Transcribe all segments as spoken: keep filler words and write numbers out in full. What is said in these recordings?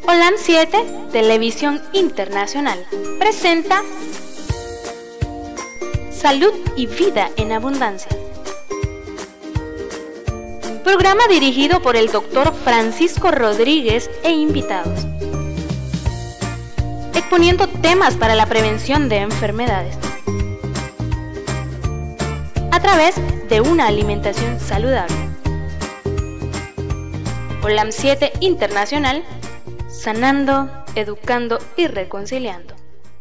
Olam siete, Televisión Internacional, presenta Salud y Vida en Abundancia. Programa dirigido por el doctor Francisco Rodríguez e invitados, exponiendo temas para la prevención de enfermedades a través de una alimentación saludable. Olam siete Internacional, sanando, educando y reconciliando.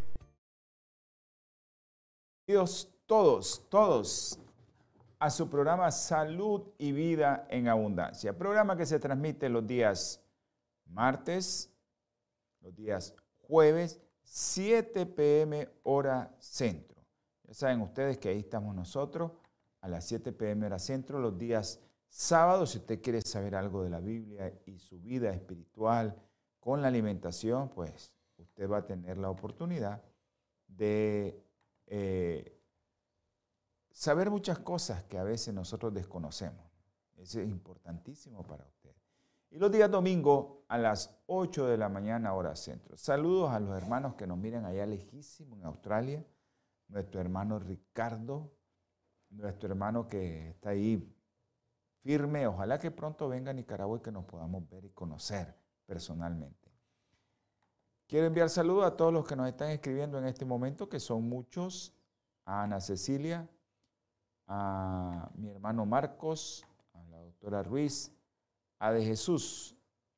Bienvenidos todos, todos a su programa Salud y Vida en Abundancia. Programa que se transmite los días martes, los días jueves, siete pe eme hora centro. Ya saben ustedes que ahí estamos nosotros a las siete pe eme hora centro, los días sábados. Si usted quiere saber algo de la Biblia y su vida espiritual con la alimentación, pues usted va a tener la oportunidad de eh, saber muchas cosas que a veces nosotros desconocemos. Eso es importantísimo para usted. Y los días domingos a las ocho de la mañana hora centro. Saludos a los hermanos que nos miran allá lejísimo en Australia. Nuestro hermano Ricardo, nuestro hermano que está ahí firme. Ojalá que pronto venga a Nicaragua y que nos podamos ver y conocer personalmente. Quiero enviar saludos a todos los que nos están escribiendo en este momento, que son muchos. A Ana Cecilia, a mi hermano Marcos, a la doctora Ruiz, a De Jesús.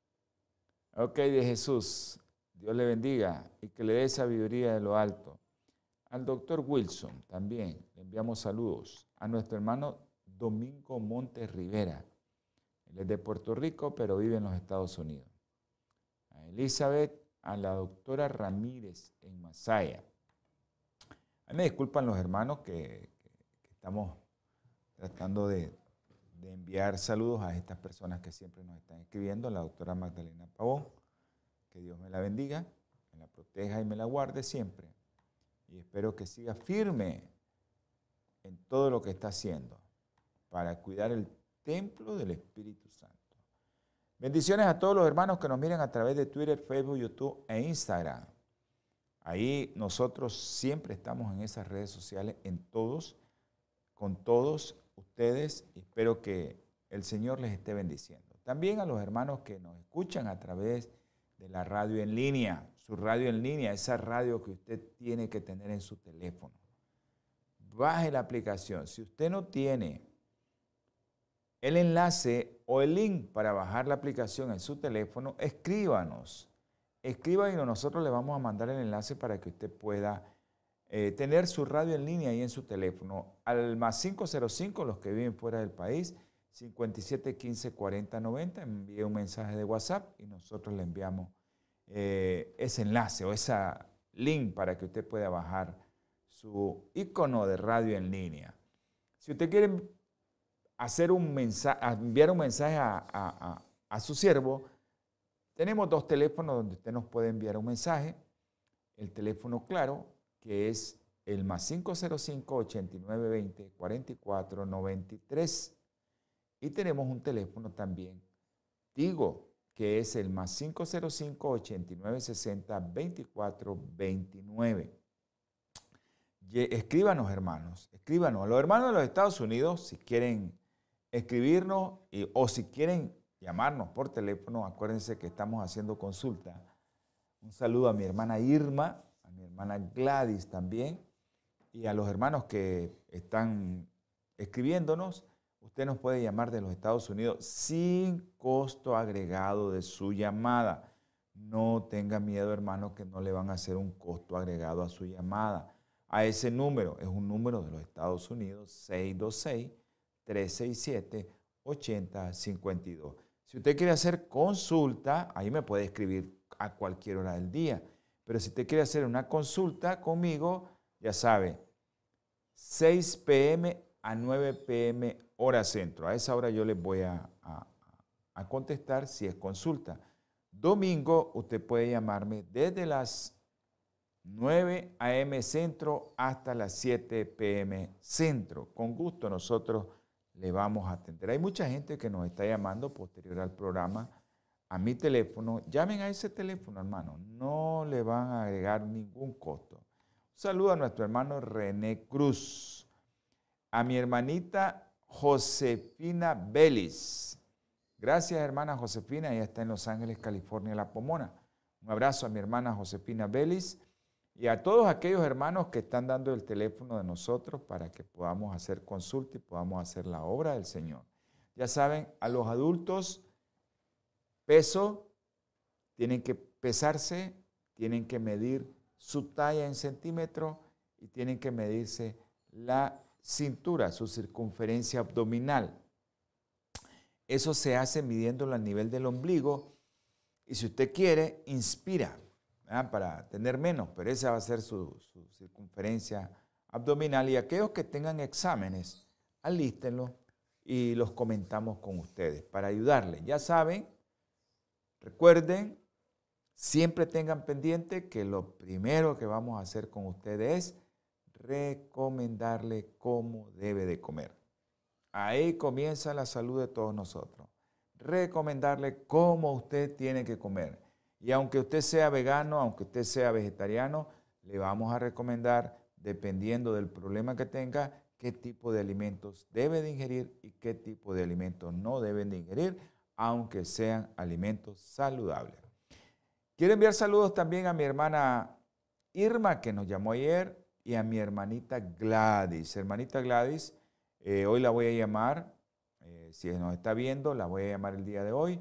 Ok, De Jesús, Dios le bendiga y que le dé sabiduría de lo alto. Al doctor Wilson también le enviamos saludos. A nuestro hermano Domingo Montes Rivera. Él es de Puerto Rico, pero vive en los Estados Unidos. A Elizabeth, a la doctora Ramírez en Masaya. A mí me disculpan los hermanos que, que, que estamos tratando de, de enviar saludos a estas personas que siempre nos están escribiendo. La doctora Magdalena Pavón, que Dios me la bendiga, me la proteja y me la guarde siempre. Y espero que siga firme en todo lo que está haciendo para cuidar el templo del Espíritu Santo. Bendiciones a todos los hermanos que nos miran a través de Twitter, Facebook, YouTube e Instagram. Ahí nosotros siempre estamos en esas redes sociales, en todos, con todos ustedes. Espero que el Señor les esté bendiciendo. También a los hermanos que nos escuchan a través de la radio en línea, su radio en línea, esa radio que usted tiene que tener en su teléfono. Baje la aplicación. Si usted no tiene el enlace o el link para bajar la aplicación en su teléfono, escríbanos. Escríbanos y nosotros le vamos a mandar el enlace para que usted pueda eh, tener su radio en línea ahí en su teléfono. Al más cinco cero cinco, los que viven fuera del país, cincuenta y siete quince cuarenta noventa, envíe un mensaje de WhatsApp y nosotros le enviamos eh, ese enlace o ese link para que usted pueda bajar su icono de radio en línea. Si usted quiere hacer un mensaje, enviar un mensaje a, a, a, a su siervo, tenemos dos teléfonos donde usted nos puede enviar un mensaje. El teléfono claro, que es el más cinco cero cinco, ochenta y nueve veinte, cuarenta y cuatro noventa y tres. Y tenemos un teléfono también, Tigo, que es el más cinco cero cinco, ochenta y nueve sesenta, veinticuatro veintinueve. Escríbanos, hermanos, escríbanos. A los hermanos de los Estados Unidos, si quieren escribirnos y, o si quieren llamarnos por teléfono, acuérdense que estamos haciendo consulta. Un saludo a mi hermana Irma, a mi hermana Gladys también, y a los hermanos que están escribiéndonos. Usted nos puede llamar de los Estados Unidos sin costo agregado de su llamada. No tenga miedo, hermano, que no le van a hacer un costo agregado a su llamada. A ese número, es un número de los Estados Unidos, seis dos seis, tres seis siete, ocho cero cinco dos. Si usted quiere hacer consulta, ahí me puede escribir a cualquier hora del día. Pero si usted quiere hacer una consulta conmigo, ya sabe, seis pe eme a nueve pe eme hora centro. A esa hora yo les voy a, a, a contestar si es consulta. Domingo usted puede llamarme desde las nueve a eme centro hasta las siete pe eme centro. Con gusto nosotros le vamos a atender. Hay mucha gente que nos está llamando posterior al programa a mi teléfono, llamen a ese teléfono, hermano. No le van a agregar ningún costo. Un saludo a nuestro hermano René Cruz, a mi hermanita Josefina Vélez. Gracias, hermana Josefina, ella está en Los Ángeles, California, La Pomona. Un abrazo a mi hermana Josefina Vélez y a todos aquellos hermanos que están dando el teléfono de nosotros para que podamos hacer consulta y podamos hacer la obra del Señor. Ya saben, a los adultos, peso, tienen que pesarse, tienen que medir su talla en centímetros y tienen que medirse la cintura, su circunferencia abdominal. Eso se hace midiéndolo a nivel del ombligo y si usted quiere, inspira, ¿verdad?, para tener menos, pero esa va a ser su, su circunferencia abdominal. Y aquellos que tengan exámenes, alístenlos y los comentamos con ustedes para ayudarles. Ya saben, recuerden, siempre tengan pendiente que lo primero que vamos a hacer con ustedes es recomendarle cómo debe de comer. Ahí comienza la salud de todos nosotros. Recomendarle cómo usted tiene que comer. Y aunque usted sea vegano, aunque usted sea vegetariano, le vamos a recomendar, dependiendo del problema que tenga, qué tipo de alimentos debe de ingerir y qué tipo de alimentos no deben de ingerir, aunque sean alimentos saludables. Quiero enviar saludos también a mi hermana Irma, que nos llamó ayer, y a mi hermanita Gladys. Hermanita Gladys, eh, hoy la voy a llamar, eh, si nos está viendo, la voy a llamar el día de hoy,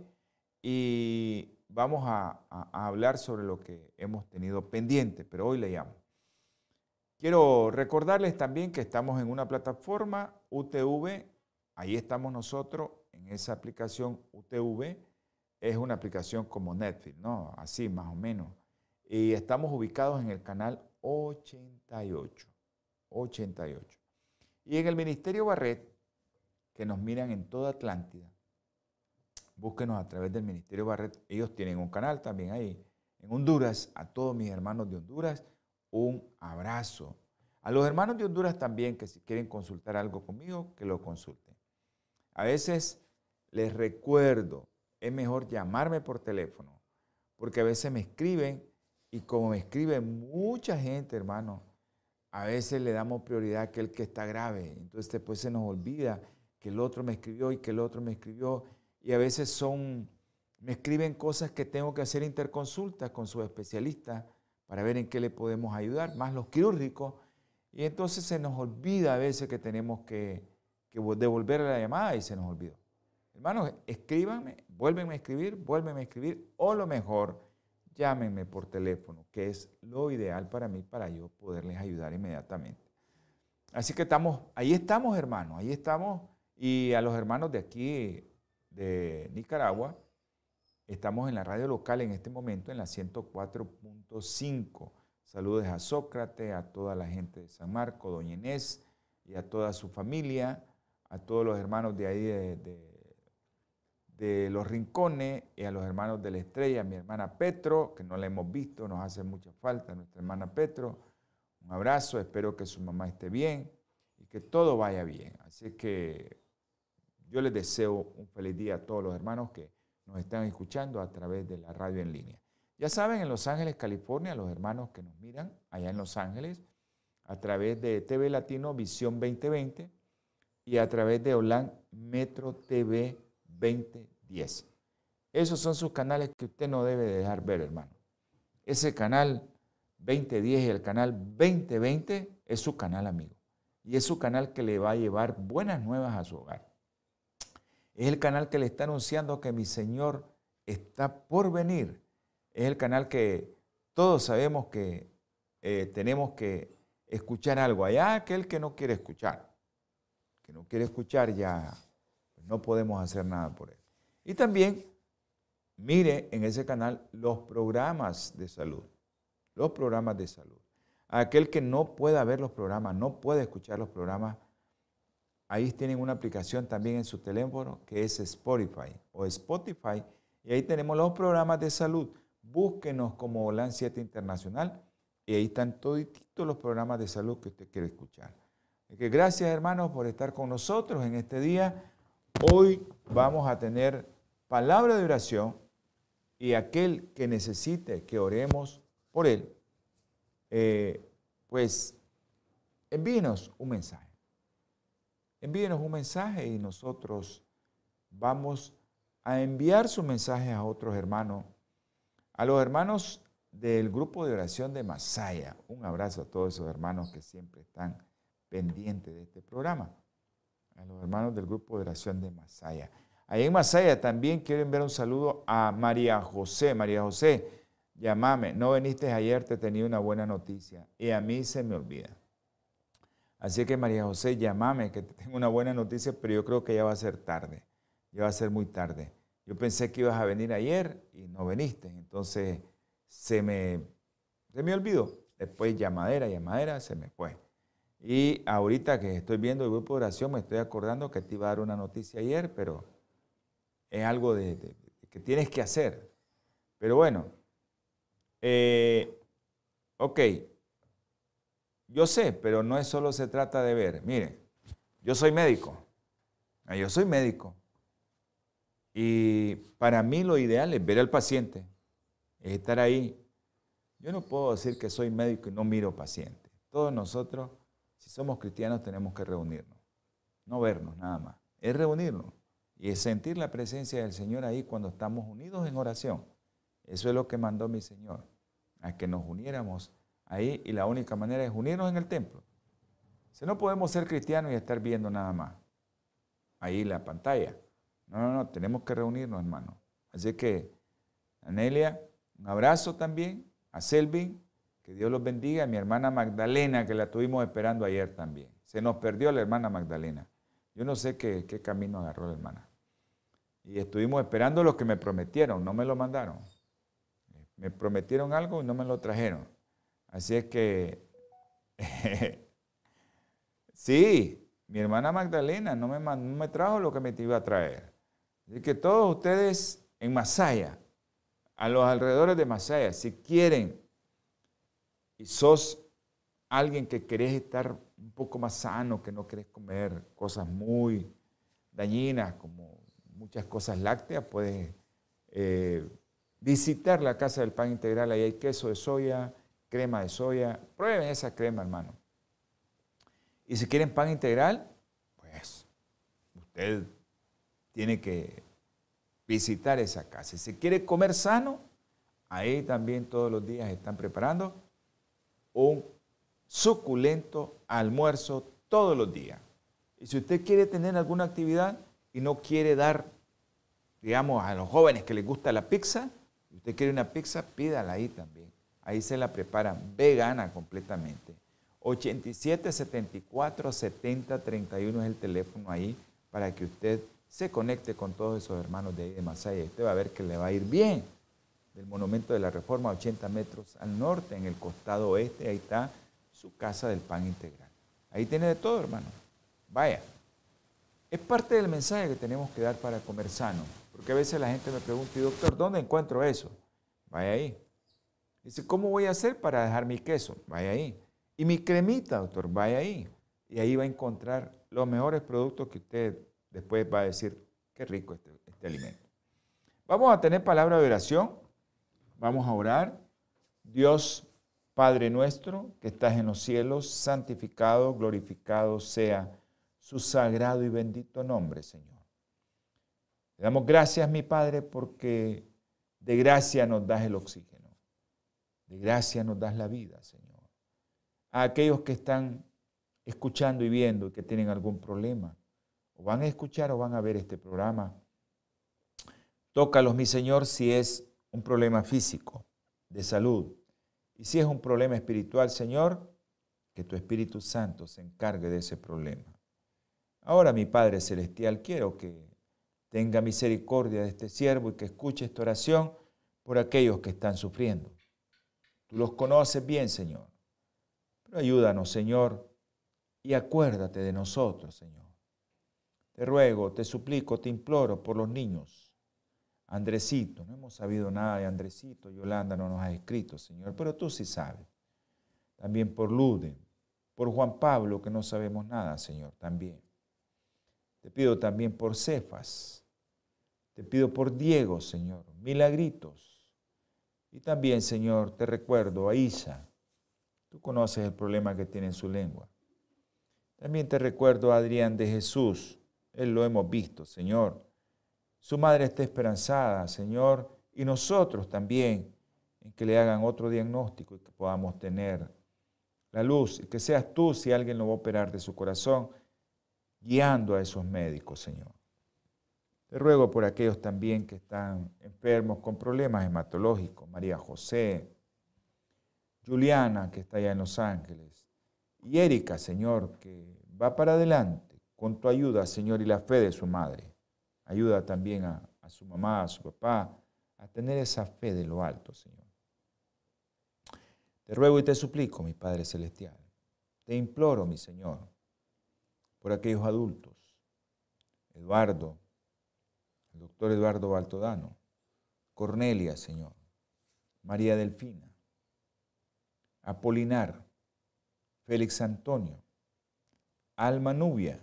y vamos a, a, a hablar sobre lo que hemos tenido pendiente, pero hoy le llamo. Quiero recordarles también que estamos en una plataforma, U T V, ahí estamos nosotros, en esa aplicación U T V, es una aplicación como Netflix, ¿no? Así más o menos. Y estamos ubicados en el canal ochenta y ocho. ochenta y ocho. Y en el Ministerio Barret, que nos miran en toda Atlántida, búsquenos a través del Ministerio Barret. Ellos tienen un canal también ahí. En Honduras, a todos mis hermanos de Honduras, un abrazo. A los hermanos de Honduras también, que si quieren consultar algo conmigo, que lo consulten. A veces les recuerdo, es mejor llamarme por teléfono, porque a veces me escriben y como me escribe mucha gente, hermano, a veces le damos prioridad a aquel que está grave. Entonces después se nos olvida que el otro me escribió y que el otro me escribió. Y a veces son, me escriben cosas que tengo que hacer interconsultas con sus especialistas para ver en qué le podemos ayudar, más los quirúrgicos. Y entonces se nos olvida a veces que tenemos que, que devolver la llamada y se nos olvidó. Hermanos, escríbanme, vuélvenme a escribir, vuélvenme a escribir, o lo mejor, llámenme por teléfono, que es lo ideal para mí, para yo poderles ayudar inmediatamente. Así que estamos, ahí estamos, hermanos, ahí estamos. Y a los hermanos de aquí, de Nicaragua, estamos en la radio local en este momento, en la ciento cuatro punto cinco. Saludos a Sócrates, a toda la gente de San Marcos, doña Inés, y a toda su familia, a todos los hermanos de ahí de, de de Los Rincones y a los hermanos de la Estrella, a mi hermana Petro, que no la hemos visto, nos hace mucha falta nuestra hermana Petro. Un abrazo, espero que su mamá esté bien y que todo vaya bien. Así que yo les deseo un feliz día a todos los hermanos que nos están escuchando a través de la radio en línea. Ya saben, en Los Ángeles, California, los hermanos que nos miran allá en Los Ángeles, a través de T V Latino Visión veinte veinte y a través de Olan Metro T V veinte diez. Esos son sus canales que usted no debe dejar ver, hermano. Ese canal veinte diez y el canal veinte veinte es su canal, amigo. Y es su canal que le va a llevar buenas nuevas a su hogar. Es el canal que le está anunciando que mi Señor está por venir. Es el canal que todos sabemos que eh, tenemos que escuchar algo. Allá aquel que no quiere escuchar, que no quiere escuchar ya, pues no podemos hacer nada por él. Y también mire en ese canal los programas de salud, los programas de salud. Aquel que no pueda ver los programas, no puede escuchar los programas, ahí tienen una aplicación también en su teléfono que es Spotify o Spotify, y ahí tenemos los programas de salud. Búsquenos como Olan siete Internacional y ahí están todos los programas de salud que usted quiere escuchar. Así que gracias, hermanos, por estar con nosotros en este día. Hoy vamos a tener palabra de oración y aquel que necesite que oremos por él, eh, pues envíenos un mensaje. Envíenos un mensaje y nosotros vamos a enviar su mensaje a otros hermanos, a los hermanos del grupo de oración de Masaya. Un abrazo a todos esos hermanos que siempre están pendientes de este programa. A los hermanos del grupo de oración de Masaya. Ahí en Masaya también quiero enviar un saludo a María José. María José, llámame. No viniste ayer, te tenía una buena noticia y a mí se me olvida. Así que María José, llámame, que te tengo una buena noticia, pero yo creo que ya va a ser tarde. Ya va a ser muy tarde. Yo pensé que ibas a venir ayer y no viniste. Entonces se me, se me olvidó. Después llamadera, llamadera, se me fue. Y ahorita que estoy viendo el grupo de oración, me estoy acordando que te iba a dar una noticia ayer, pero es algo de, de, de que tienes que hacer. Pero bueno, eh, ok. Yo sé, pero no es solo se trata de ver. Mire, yo soy médico. Yo soy médico. Y para mí lo ideal es ver al paciente, es estar ahí. Yo no puedo decir que soy médico y no miro pacientes. Todos nosotros, si somos cristianos, tenemos que reunirnos. No vernos nada más. Es reunirnos y es sentir la presencia del Señor ahí cuando estamos unidos en oración. Eso es lo que mandó mi Señor, a que nos uniéramos ahí, y la única manera es unirnos en el templo. Si no podemos ser cristianos y estar viendo nada más ahí la pantalla. No, no, no, tenemos que reunirnos, hermano. Así que, Anelia, un abrazo también, a Selvin, que Dios los bendiga, a mi hermana Magdalena, que la tuvimos esperando ayer también. Se nos perdió la hermana Magdalena. Yo no sé qué, qué camino agarró la hermana. Y estuvimos esperando lo que me prometieron, no me lo mandaron. Me prometieron algo y no me lo trajeron. Así es que, sí, mi hermana Magdalena no me, no me trajo lo que me iba a traer. Así que todos ustedes en Masaya, a los alrededores de Masaya, si quieren y sos alguien que querés estar un poco más sano, que no querés comer cosas muy dañinas como muchas cosas lácteas, puedes eh, visitar la Casa del Pan Integral. Ahí hay queso de soya, crema de soya. Prueben esa crema, hermano. Y si quieren pan integral, pues usted tiene que visitar esa casa. Si quiere comer sano, ahí también todos los días están preparando un suculento almuerzo todos los días. Y si usted quiere tener alguna actividad y no quiere dar, digamos, a los jóvenes que les gusta la pizza, si usted quiere una pizza, pídala ahí también. Ahí se la preparan vegana completamente. ochenta y siete, setenta y cuatro, setenta, treinta y uno es el teléfono ahí para que usted se conecte con todos esos hermanos de ahí de Masaya. Usted va a ver que le va a ir bien. Del Monumento de la Reforma, ochenta metros al norte, en el costado oeste, ahí está su Casa del Pan Integral. Ahí tiene de todo, hermano. Vaya. Es parte del mensaje que tenemos que dar para comer sano. Porque a veces la gente me pregunta, y doctor, ¿dónde encuentro eso? Vaya ahí. Dice, ¿cómo voy a hacer para dejar mi queso? Vaya ahí. Y mi cremita, doctor, vaya ahí. Y ahí va a encontrar los mejores productos que usted después va a decir, qué rico este, este alimento. Vamos a tener palabra de oración. Vamos a orar. Dios, Padre nuestro, que estás en los cielos, santificado, glorificado sea su sagrado y bendito nombre, Señor. Le damos gracias, mi Padre, porque de gracia nos das el oxígeno. De gracia nos das la vida, Señor. A aquellos que están escuchando y viendo y que tienen algún problema, o van a escuchar o van a ver este programa, tócalos, mi Señor, si es un problema físico, de salud, y si es un problema espiritual, Señor, que tu Espíritu Santo se encargue de ese problema. Ahora, mi Padre Celestial, quiero que tenga misericordia de este siervo y que escuche esta oración por aquellos que están sufriendo. Tú los conoces bien, Señor, pero ayúdanos, Señor, y acuérdate de nosotros, Señor. Te ruego, te suplico, te imploro por los niños. Andresito, no hemos sabido nada de Andresito, Yolanda no nos ha escrito, Señor, pero tú sí sabes. También por Lude, por Juan Pablo, que no sabemos nada, Señor, también. Te pido también por Cefas, Te pido por Diego, Señor, milagritos. Y también, Señor, te recuerdo a Isa. Tú conoces el problema que tiene en su lengua. También te recuerdo a Adrián de Jesús. Él lo hemos visto, Señor. Su madre está esperanzada, Señor, y nosotros también, en que le hagan otro diagnóstico y que podamos tener la luz. Y que seas tú, si alguien lo va a operar de su corazón, guiando a esos médicos, Señor. Te ruego por aquellos también que están enfermos con problemas hematológicos, María José, Juliana, que está allá en Los Ángeles, y Erika, Señor, que va para adelante con tu ayuda, Señor, y la fe de su madre. Ayuda también a, a su mamá, a su papá, a tener esa fe de lo alto, Señor. Te ruego y te suplico, mi Padre Celestial, te imploro, mi Señor, por aquellos adultos, Eduardo, el doctor Eduardo Baltodano, Cornelia, Señor, María Delfina, Apolinar, Félix Antonio, Alma Nubia.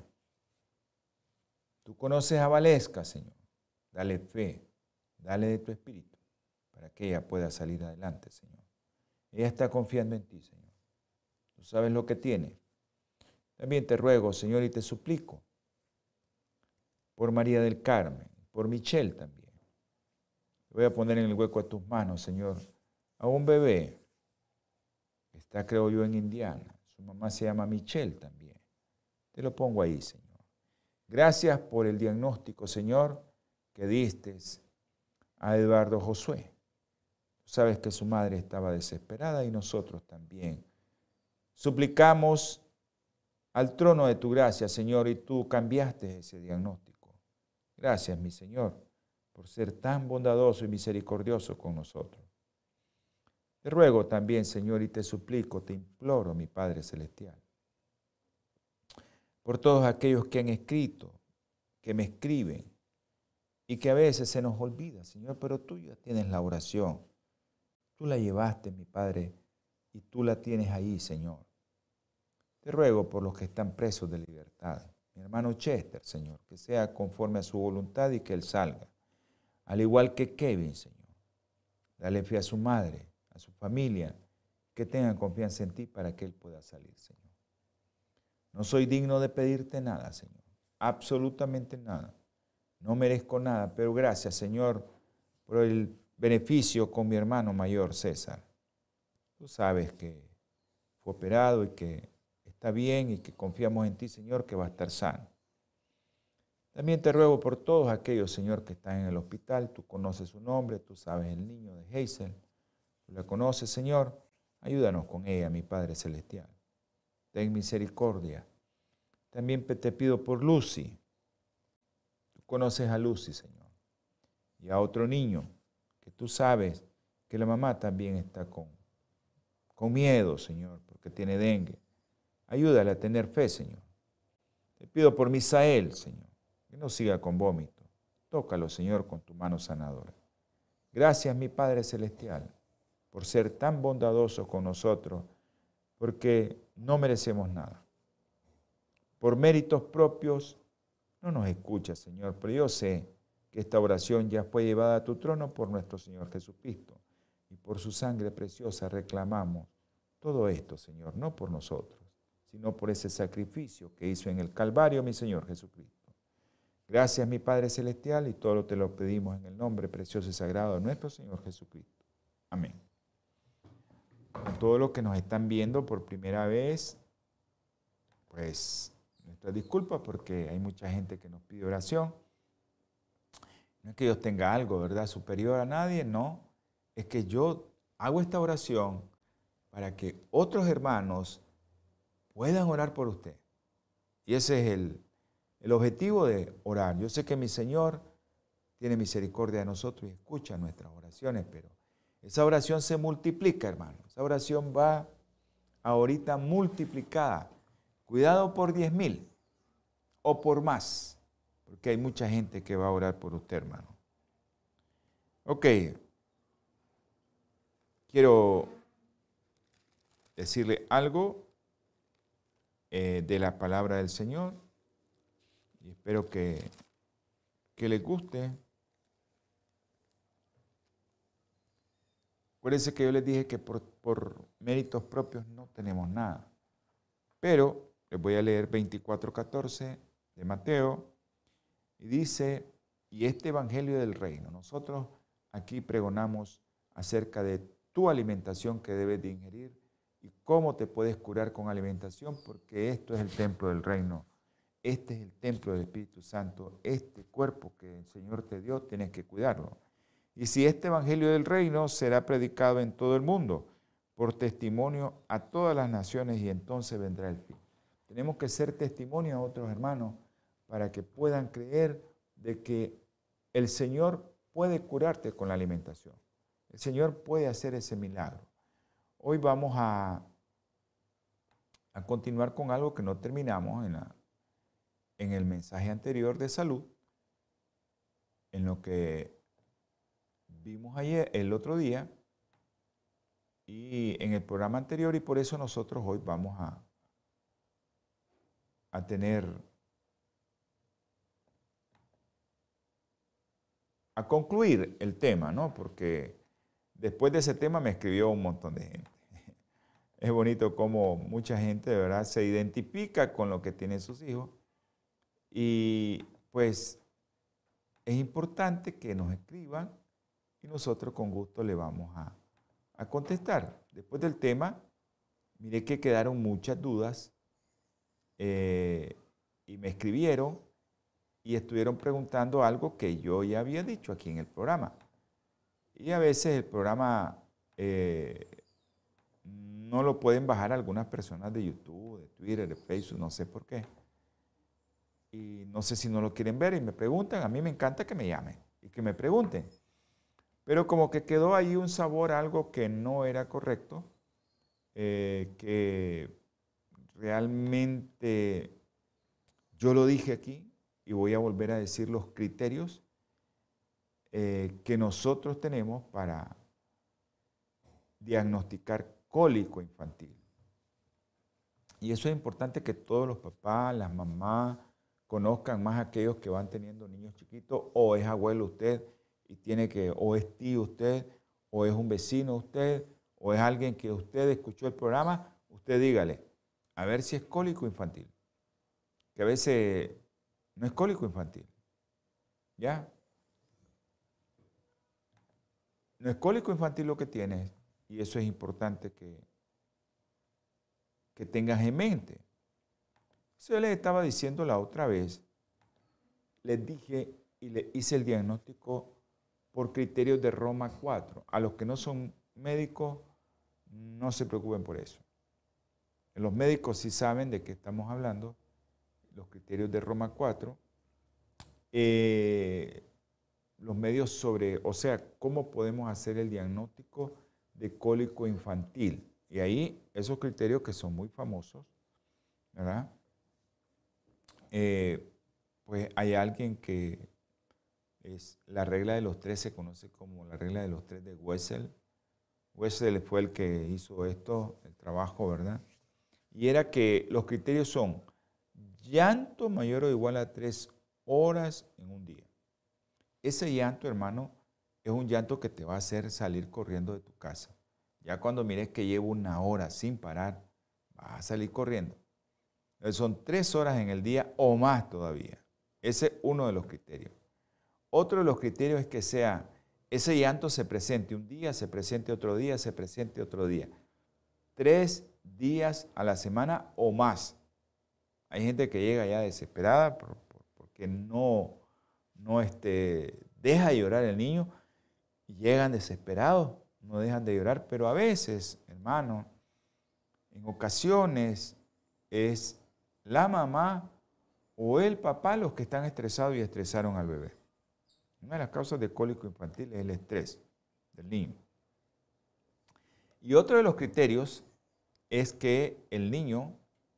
Tú conoces a Valesca, Señor. Dale fe, dale de tu espíritu, para que ella pueda salir adelante, Señor. Ella está confiando en ti, Señor. Tú sabes lo que tiene. También te ruego, Señor, y te suplico por María del Carmen, por Michelle también. Te voy a poner en el hueco de tus manos, Señor, a un bebé que está, creo yo, en Indiana. Su mamá se llama Michelle también. Te lo pongo ahí, Señor. Gracias por el diagnóstico, Señor, que diste a Eduardo Josué. Tú sabes que su madre estaba desesperada y nosotros también. Suplicamos al trono de tu gracia, Señor, y tú cambiaste ese diagnóstico. Gracias, mi Señor, por ser tan bondadoso y misericordioso con nosotros. Te ruego también, Señor, y te suplico, te imploro, mi Padre Celestial, por todos aquellos que han escrito, que me escriben, y que a veces se nos olvida, Señor, pero tú ya tienes la oración. Tú la llevaste, mi Padre, y tú la tienes ahí, Señor. Te ruego por los que están presos de libertad. Mi hermano Chester, Señor, que sea conforme a su voluntad y que él salga. Al igual que Kevin, Señor. Dale fe a su madre, a su familia, que tengan confianza en ti para que él pueda salir, Señor. No soy digno de pedirte nada, Señor. Absolutamente nada. No merezco nada, pero gracias, Señor, por el beneficio con mi hermano mayor, César. Tú sabes que fue operado y que está bien y que confiamos en ti, Señor, que va a estar sano. También te ruego por todos aquellos, Señor, que están en el hospital. Tú conoces su nombre, tú sabes el niño de Hazel. Tú la conoces, Señor. Ayúdanos con ella, mi Padre Celestial. Ten misericordia. También te pido por Lucy. Tú conoces a Lucy, Señor. Y a otro niño que tú sabes que la mamá también está con, con miedo, Señor, porque tiene dengue. Ayúdale a tener fe, Señor. Te pido por Misael, Señor, que no siga con vómito. Tócalo, Señor, con tu mano sanadora. Gracias, mi Padre Celestial, por ser tan bondadoso con nosotros, porque no merecemos nada. Por méritos propios no nos escuchas, Señor, pero yo sé que esta oración ya fue llevada a tu trono por nuestro Señor Jesucristo. Y por su sangre preciosa reclamamos todo esto, Señor, no por nosotros, sino por ese sacrificio que hizo en el Calvario mi Señor Jesucristo. Gracias, mi Padre Celestial, y todo te lo pedimos en el nombre precioso y sagrado de nuestro Señor Jesucristo. Amén. A todos los que nos están viendo por primera vez, pues nuestras disculpas porque hay mucha gente que nos pide oración. No es que Dios tenga algo, ¿verdad?, superior a nadie, no. Es que yo hago esta oración para que otros hermanos puedan orar por usted. Y ese es el, el objetivo de orar. Yo sé que mi Señor tiene misericordia de nosotros y escucha nuestras oraciones, pero esa oración se multiplica, hermano. Esa oración va ahorita multiplicada. Cuidado por diez mil o por más, porque hay mucha gente que va a orar por usted, hermano. Ok. Quiero decirle algo eh, de la palabra del Señor y espero que, que les guste Acuérdense que yo les dije que por, por méritos propios no tenemos nada. Pero les voy a leer veinticuatro catorce de Mateo y dice, y este evangelio del reino, nosotros aquí pregonamos acerca de tu alimentación que debes de ingerir y cómo te puedes curar con alimentación, porque esto es el templo del reino, este es el templo del Espíritu Santo, este cuerpo que el Señor te dio, tienes que cuidarlo. Y si este evangelio del reino será predicado en todo el mundo, por testimonio a todas las naciones, y entonces vendrá el fin. Tenemos que ser testimonio a otros hermanos para que puedan creer de que el Señor puede curarte con la alimentación. El Señor puede hacer ese milagro. Hoy vamos a, a continuar con algo que no terminamos en, la, en el mensaje anterior de salud, en lo que vimos ayer, el otro día, y en el programa anterior, y por eso nosotros hoy vamos a, a tener, a concluir el tema, ¿no? Porque después de ese tema me escribió un montón de gente. Es bonito cómo mucha gente de verdad se identifica con lo que tienen sus hijos y pues es importante que nos escriban y nosotros con gusto le vamos a, a contestar. Después del tema, miré que quedaron muchas dudas eh, y me escribieron y estuvieron preguntando algo que yo ya había dicho aquí en el programa. Y a veces el programa eh, no lo pueden bajar algunas personas de YouTube, de Twitter, de Facebook, no sé por qué. Y no sé si no lo quieren ver y me preguntan. A mí me encanta que me llamen y que me pregunten. Pero como que quedó ahí un sabor a algo que no era correcto, eh, que realmente yo lo dije aquí y voy a volver a decir los criterios eh, que nosotros tenemos para diagnosticar cólico infantil. Y eso es importante que todos los papás, las mamás, conozcan más a aquellos que van teniendo niños chiquitos, o es abuelo usted y tiene que, o es tío usted, o es un vecino usted, o es alguien que usted escuchó el programa, usted dígale, a ver si es cólico infantil. Que a veces no es cólico infantil. ¿Ya? No es cólico infantil lo que tienes, y eso es importante que, que tengas en mente. Eso yo les estaba diciendo la otra vez, les dije y les hice el diagnóstico por criterios de Roma cuatro. A los que no son médicos, no se preocupen por eso. Los médicos sí saben de qué estamos hablando, los criterios de Roma cuatro. Eh, los medios sobre, o sea, cómo podemos hacer el diagnóstico de cólico infantil. Y ahí esos criterios que son muy famosos, ¿verdad? Eh, pues hay alguien que es la regla de los tres, se conoce como la regla de los tres de Wessel. Wessel fue el que hizo esto, el trabajo, ¿verdad? Y era que los criterios son llanto mayor o igual a tres horas en un día. Ese llanto, hermano, es un llanto que te va a hacer salir corriendo de tu casa. Ya cuando mires que llevo una hora sin parar, vas a salir corriendo. Entonces son tres horas en el día o más todavía. Ese es uno de los criterios. Otro de los criterios es que sea, ese llanto se presente un día, se presente otro día, se presente otro día. Tres días a la semana o más. Hay gente que llega ya desesperada por, por, porque no, no este, deja de llorar el niño y llegan desesperados, no dejan de llorar, pero a veces, hermano, en ocasiones es la mamá o el papá los que están estresados y estresaron al bebé. Una de las causas de cólico infantil es el estrés del niño. Y otro de los criterios es que el niño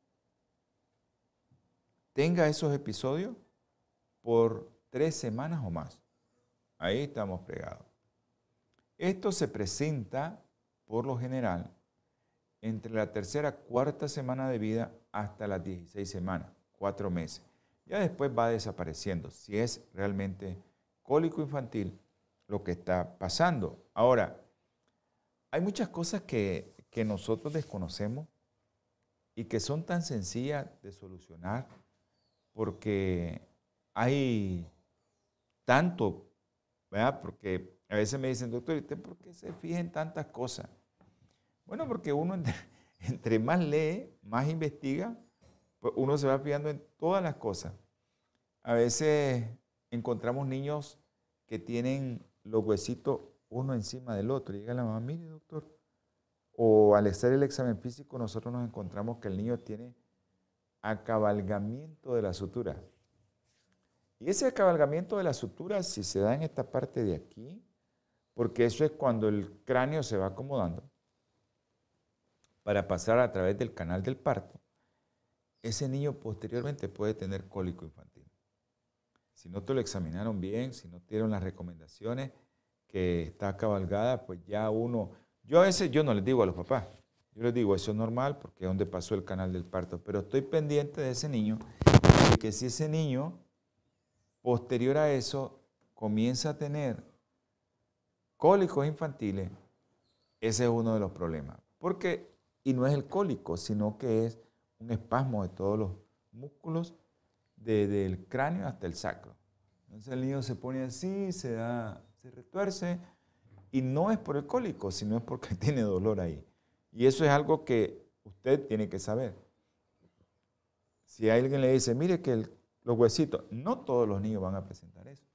tenga esos episodios por tres semanas o más. Ahí estamos fregados. Esto se presenta, por lo general, entre la tercera, cuarta semana de vida hasta las dieciséis semanas, cuatro meses. Ya después va desapareciendo, si es realmente cólico infantil lo que está pasando. Ahora, hay muchas cosas que, que nosotros desconocemos y que son tan sencillas de solucionar porque hay tanto, ¿verdad? Porque a veces me dicen, doctor, ¿y usted por qué se fija en tantas cosas? Bueno, porque uno entre, entre más lee, más investiga, pues uno se va fijando en todas las cosas. A veces encontramos niños que tienen los huesitos uno encima del otro. Llega la mamá, mire doctor. O al hacer el examen físico nosotros nos encontramos que el niño tiene acabalgamiento de la sutura. Y ese acabalgamiento de la sutura, si se da en esta parte de aquí, porque eso es cuando el cráneo se va acomodando para pasar a través del canal del parto, ese niño posteriormente puede tener cólico infantil. Si no te lo examinaron bien, si no te dieron las recomendaciones que está cabalgada, pues ya uno... Yo a veces yo no les digo a los papás, yo les digo, eso es normal porque es donde pasó el canal del parto, pero estoy pendiente de ese niño y que si ese niño, posterior a eso, comienza a tener cólicos infantiles, ese es uno de los problemas. Porque, y no es el cólico, sino que es un espasmo de todos los músculos, desde el cráneo hasta el sacro. Entonces el niño se pone así, se da, se retuerce, y no es por el cólico, sino es porque tiene dolor ahí. Y eso es algo que usted tiene que saber. Si alguien le dice, mire que el, los huesitos, no todos los niños van a presentar eso.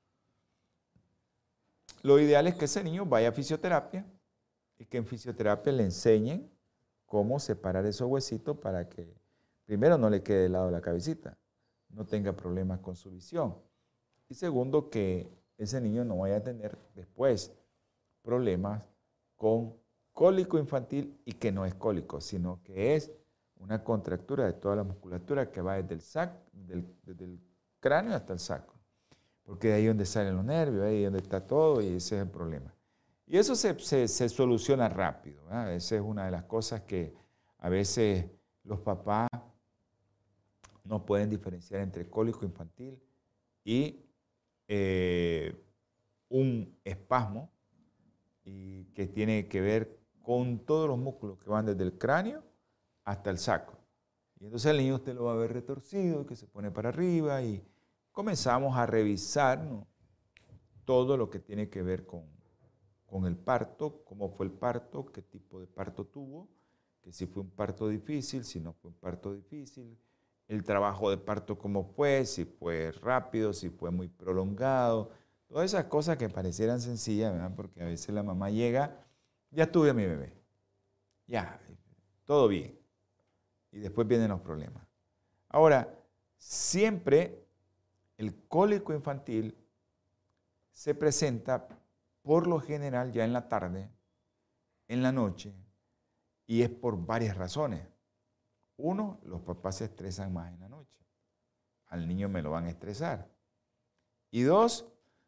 Lo ideal es que ese niño vaya a fisioterapia y que en fisioterapia le enseñen cómo separar esos huesitos para que primero no le quede de lado la cabecita, no tenga problemas con su visión. Y segundo, que ese niño no vaya a tener después problemas con cólico infantil y que no es cólico, sino que es una contractura de toda la musculatura que va desde el, sac, del, desde el cráneo hasta el sacro. Porque de ahí es donde salen los nervios, ahí es donde está todo y ese es el problema. Y eso se, se, se soluciona rápido, ¿verdad? Esa es una de las cosas que a veces los papás no pueden diferenciar entre cólico infantil y eh, un espasmo y que tiene que ver con todos los músculos que van desde el cráneo hasta el sacro. Y entonces el niño usted lo va a ver retorcido, que se pone para arriba y comenzamos a revisar, ¿no?, todo lo que tiene que ver con, con el parto, cómo fue el parto, qué tipo de parto tuvo, que si fue un parto difícil, si no fue un parto difícil, el trabajo de parto cómo fue, si fue rápido, si fue muy prolongado, todas esas cosas que parecieran sencillas, ¿verdad? Porque a veces la mamá llega, ya tuve a mi bebé, ya, todo bien, y después vienen los problemas. Ahora, siempre el cólico infantil se presenta por lo general ya en la tarde, en la noche, y es por varias razones. Uno, los papás se estresan más en la noche. Al niño me lo van a estresar. Y dos,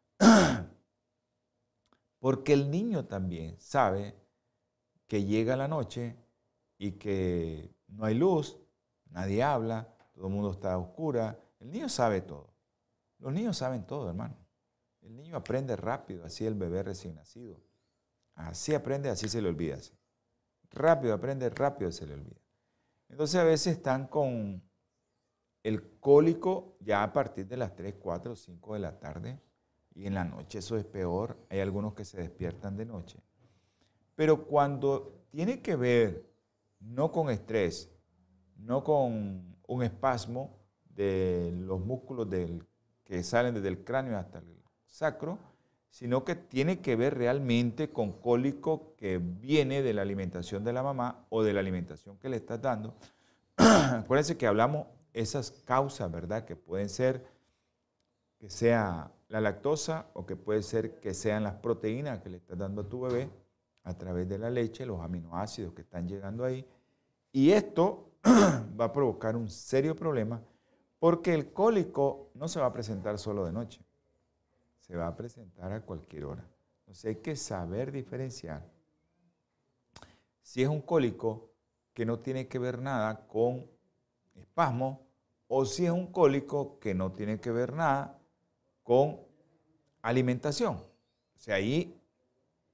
porque el niño también sabe que llega la noche y que no hay luz, nadie habla, todo el mundo está a oscura. El niño sabe todo. Los niños saben todo, hermano. El niño aprende rápido, así el bebé recién nacido. Así aprende, así se le olvida. Así. Rápido aprende, rápido se le olvida. Entonces a veces están con el cólico ya a partir de las tres, cuatro, cinco de la tarde. Y en la noche eso es peor. Hay algunos que se despiertan de noche. Pero cuando tiene que ver no con estrés, no con un espasmo de los músculos del, que salen desde el cráneo hasta el sacro, sino que tiene que ver realmente con cólico que viene de la alimentación de la mamá o de la alimentación que le estás dando. Acuérdense que hablamos esas causas, ¿verdad? Que pueden ser que sea la lactosa o que puede ser que sean las proteínas que le estás dando a tu bebé a través de la leche, los aminoácidos que están llegando ahí. Y esto va a provocar un serio problema porque el cólico no se va a presentar solo de noche, se va a presentar a cualquier hora. Entonces hay que saber diferenciar si es un cólico que no tiene que ver nada con espasmo o si es un cólico que no tiene que ver nada con alimentación. O sea, ahí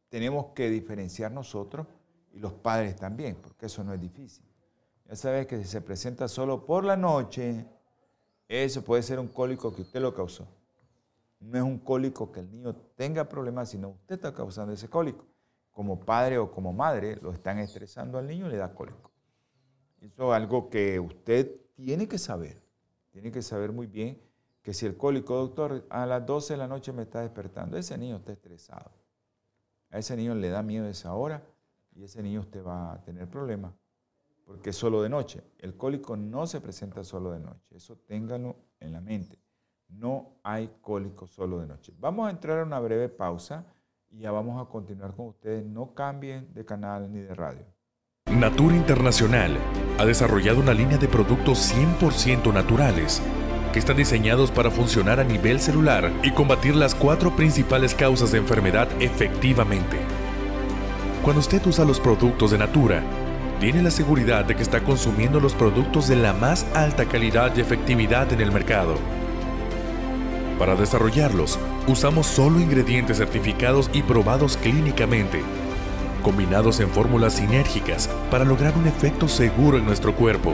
tenemos que diferenciar nosotros y los padres también, porque eso no es difícil. Ya sabes que si se presenta solo por la noche, eso puede ser un cólico que usted lo causó. No es un cólico que el niño tenga problemas, sino usted está causando ese cólico. Como padre o como madre lo están estresando al niño y le da cólico. Eso es algo que usted tiene que saber. Tiene que saber muy bien que si el cólico, doctor, a las doce de la noche me está despertando, ese niño está estresado. A ese niño le da miedo esa hora y ese niño usted va a tener problemas porque es solo de noche. El cólico no se presenta solo de noche. Eso ténganlo en la mente. No hay cólico solo de noche. Vamos a entrar a una breve pausa y ya vamos a continuar con ustedes. No cambien de canal ni de radio. Natura Internacional ha desarrollado una línea de productos cien por ciento naturales que están diseñados para funcionar a nivel celular y combatir las cuatro principales causas de enfermedad efectivamente. Cuando usted usa los productos de Natura, tiene la seguridad de que está consumiendo los productos de la más alta calidad y efectividad en el mercado. Para desarrollarlos, usamos solo ingredientes certificados y probados clínicamente, combinados en fórmulas sinérgicas para lograr un efecto seguro en nuestro cuerpo.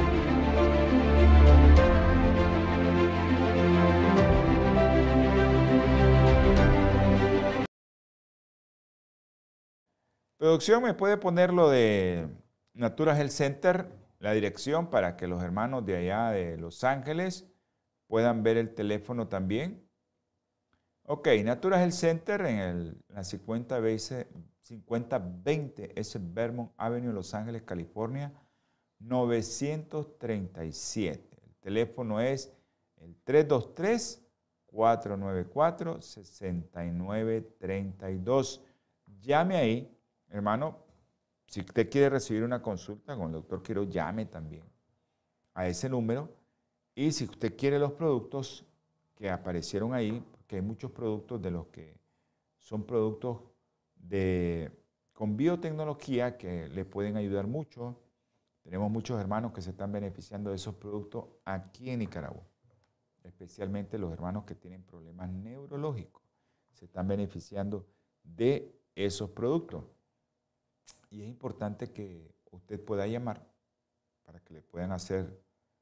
Producción, ¿me puede poner lo de Natura Health Center, la dirección, para que los hermanos de allá de Los Ángeles puedan ver el teléfono también? Ok, Natura Health Center en el, la cincuenta veinte S Vermont Avenue, Los Ángeles, California, novecientos treinta y siete. El teléfono es el tres dos tres, cuatro nueve cuatro, seis nueve tres dos. Llame ahí, hermano. Si usted quiere recibir una consulta con el doctor Quiroz, llame también a ese número. Y si usted quiere los productos que aparecieron ahí, porque hay muchos productos de los que son productos de, con biotecnología que le pueden ayudar mucho. Tenemos muchos hermanos que se están beneficiando de esos productos aquí en Nicaragua, especialmente los hermanos que tienen problemas neurológicos. Se están beneficiando de esos productos. Y es importante que usted pueda llamar para que le puedan hacer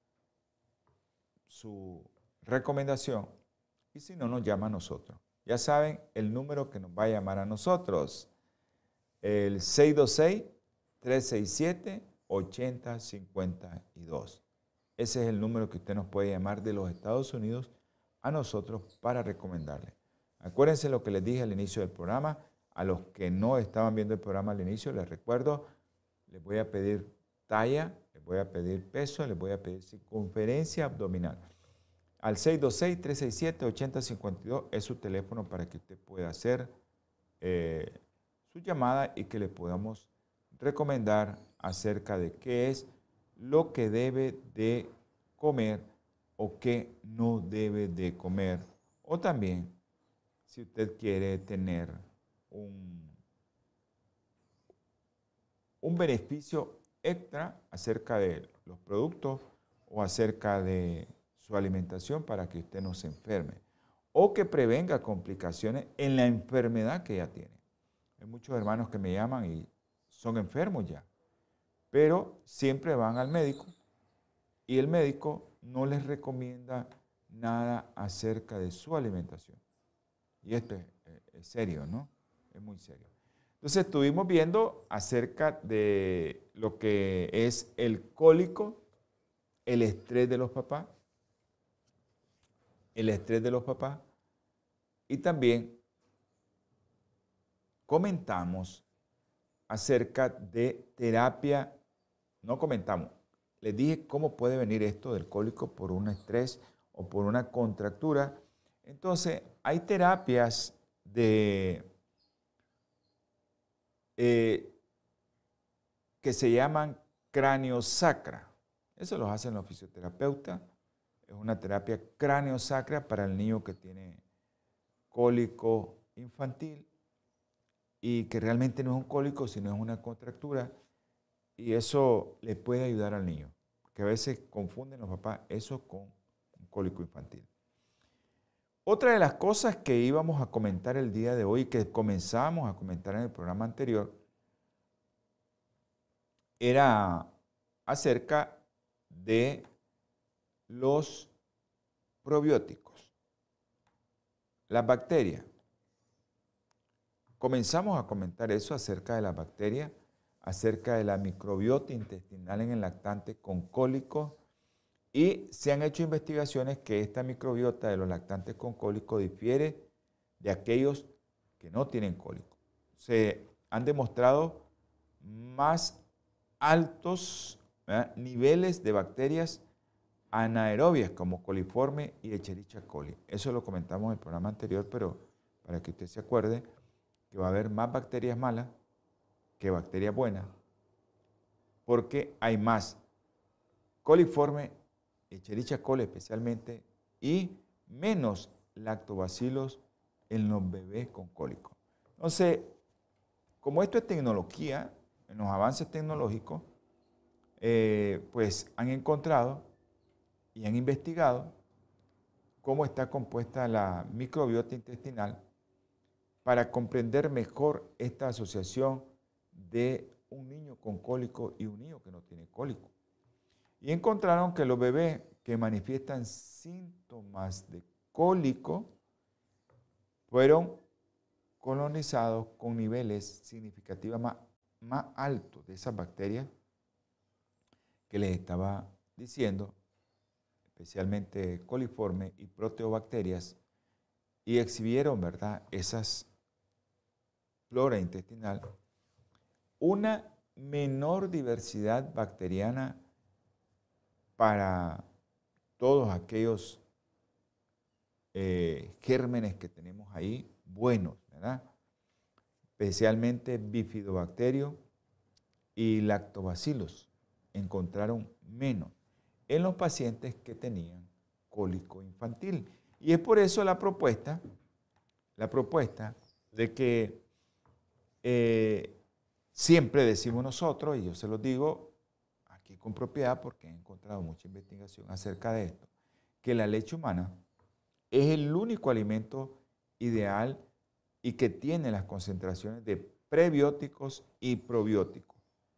su recomendación. Y si no, nos llama a nosotros. Ya saben el número que nos va a llamar a nosotros. El seis dos seis, tres seis siete, ocho cero cinco dos. Ese es el número que usted nos puede llamar de los Estados Unidos a nosotros para recomendarle. Acuérdense lo que les dije al inicio del programa. A los que no estaban viendo el programa al inicio, les recuerdo, les voy a pedir talla, les voy a pedir peso, les voy a pedir circunferencia abdominal. Al seis dos seis, tres seis siete, ocho cero cinco dos es su teléfono para que usted pueda hacer eh, su llamada y que le podamos recomendar acerca de qué es lo que debe de comer o qué no debe de comer. O también, si usted quiere tener un, un beneficio extra acerca de los productos o acerca de su alimentación para que usted no se enferme o que prevenga complicaciones en la enfermedad que ya tiene. Hay muchos hermanos que me llaman y son enfermos ya, pero siempre van al médico y el médico no les recomienda nada acerca de su alimentación. Y esto es, es serio, ¿no? Es muy serio. Entonces estuvimos viendo acerca de lo que es el cólico, el estrés de los papás, el estrés de los papás y también comentamos acerca de terapia, no comentamos, les dije cómo puede venir esto del cólico por un estrés o por una contractura. Entonces hay terapias de Eh, que se llaman craniosacra. Eso los hacen los fisioterapeutas. Es una terapia craniosacra para el niño que tiene cólico infantil y que realmente no es un cólico, sino es una contractura. Y eso le puede ayudar al niño, porque a veces confunden los papás eso con un cólico infantil. Otra de las cosas que íbamos a comentar el día de hoy, que comenzamos a comentar en el programa anterior, era acerca de los probióticos, las bacterias. Comenzamos a comentar eso acerca de las bacterias, acerca de la microbiota intestinal en el lactante con cólicos, y se han hecho investigaciones que esta microbiota de los lactantes con cólico difiere de aquellos que no tienen cólico. Se han demostrado más altos, ¿verdad?, niveles de bacterias anaerobias como coliforme y Escherichia coli. Eso lo comentamos en el programa anterior, pero para que usted se acuerde que va a haber más bacterias malas que bacterias buenas, porque hay más coliforme, Escherichia coli especialmente, y menos lactobacilos en los bebés con cólico. Entonces, como esto es tecnología, en los avances tecnológicos, eh, pues han encontrado y han investigado cómo está compuesta la microbiota intestinal para comprender mejor esta asociación de un niño con cólico y un niño que no tiene cólico. Y encontraron que los bebés que manifiestan síntomas de cólico fueron colonizados con niveles significativamente más, más altos de esas bacterias que les estaba diciendo, especialmente coliforme y proteobacterias, y exhibieron, ¿verdad?, esas flora intestinal, una menor diversidad bacteriana para todos aquellos eh, gérmenes que tenemos ahí, buenos, ¿verdad? Especialmente bifidobacterios y lactobacilos, encontraron menos en los pacientes que tenían cólico infantil. Y es por eso la propuesta, la propuesta de que eh, siempre decimos nosotros, y yo se los digo aquí con propiedad porque he encontrado mucha investigación acerca de esto, que la leche humana es el único alimento ideal y que tiene las concentraciones de prebióticos y probióticos,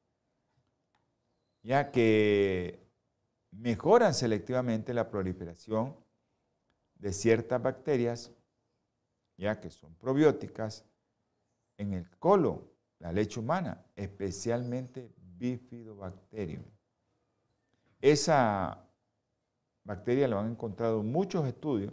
ya que mejoran selectivamente la proliferación de ciertas bacterias, ya que son probióticas, en el colon, la leche humana, especialmente Bifidobacterium. Esa bacteria lo han encontrado muchos estudios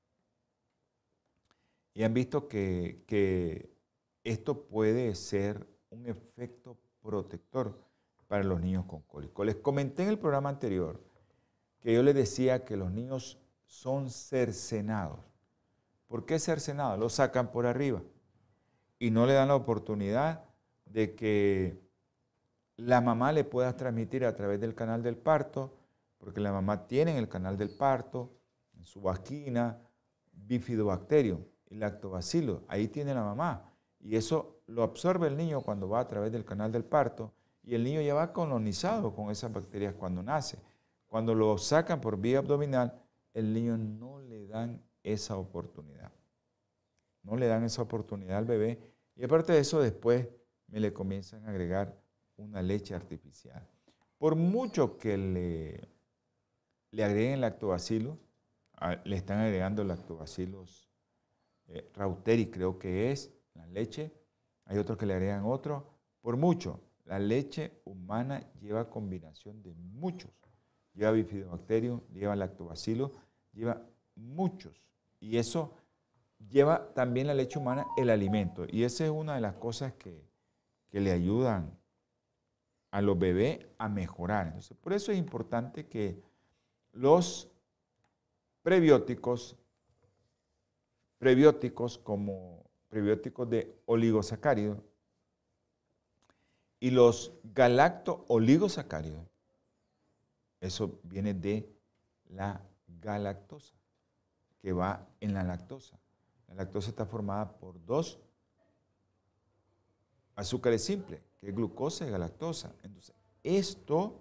y han visto que, que esto puede ser un efecto protector para los niños con cólico. Les comenté en el programa anterior que yo les decía que los niños son cercenados. ¿Por qué cercenados? Los sacan por arriba y no le dan la oportunidad de que la mamá le pueda transmitir a través del canal del parto, porque la mamá tiene en el canal del parto, en su vagina, Bifidobacterium y lactobacillus. Ahí tiene la mamá. Y eso lo absorbe el niño cuando va a través del canal del parto y el niño ya va colonizado con esas bacterias cuando nace. Cuando lo sacan por vía abdominal, el niño no le dan esa oportunidad. No le dan esa oportunidad al bebé y aparte de eso después me le comienzan a agregar una leche artificial. Por mucho que le, le agreguen lactobacillus, le están agregando lactobacillus eh, reuteri, creo que es la leche, hay otros que le agregan otro, por mucho. La leche humana lleva combinación de muchos, lleva Bifidobacterium, lleva lactobacillus, lleva muchos y eso lleva también la leche humana el alimento y esa es una de las cosas que, que le ayudan a los bebés a mejorar. Entonces, por eso es importante que los prebióticos, prebióticos como prebióticos de oligosacáridos y los galacto-oligosacáridos, eso viene de la galactosa, que va en la lactosa. La lactosa está formada por dos azúcares simples, que es glucosa y galactosa. Entonces, esto,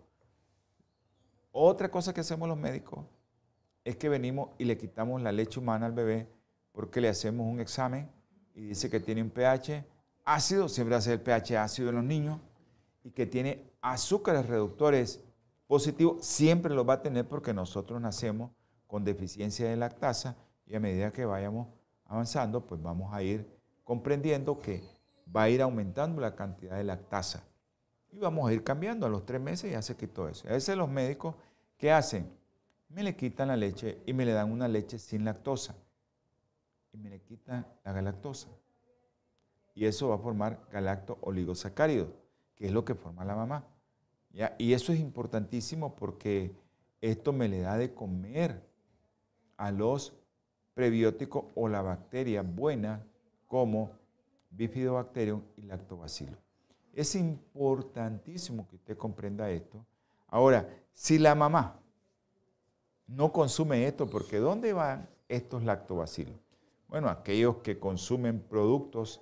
otra cosa que hacemos los médicos, es que venimos y le quitamos la leche humana al bebé porque le hacemos un examen y dice que tiene un pH ácido, siempre hace el pH ácido en los niños, y que tiene azúcares reductores positivos, siempre los va a tener porque nosotros nacemos con deficiencia de lactasa y a medida que vayamos avanzando, pues vamos a ir comprendiendo que va a ir aumentando la cantidad de lactasa. Y vamos a ir cambiando, a los tres meses ya se quitó eso. A veces los médicos, ¿qué hacen? Me le quitan la leche y me le dan una leche sin lactosa. Y me le quitan la galactosa. Y eso va a formar galacto-oligosacáridos, que es lo que forma la mamá. ¿Ya? Y eso es importantísimo porque esto me le da de comer a los prebióticos o la bacteria buena como Bifidobacterium y Lactobacillus. Es importantísimo que usted comprenda esto. Ahora, si la mamá no consume esto, porque ¿dónde van estos lactobacillus? Bueno, aquellos que consumen productos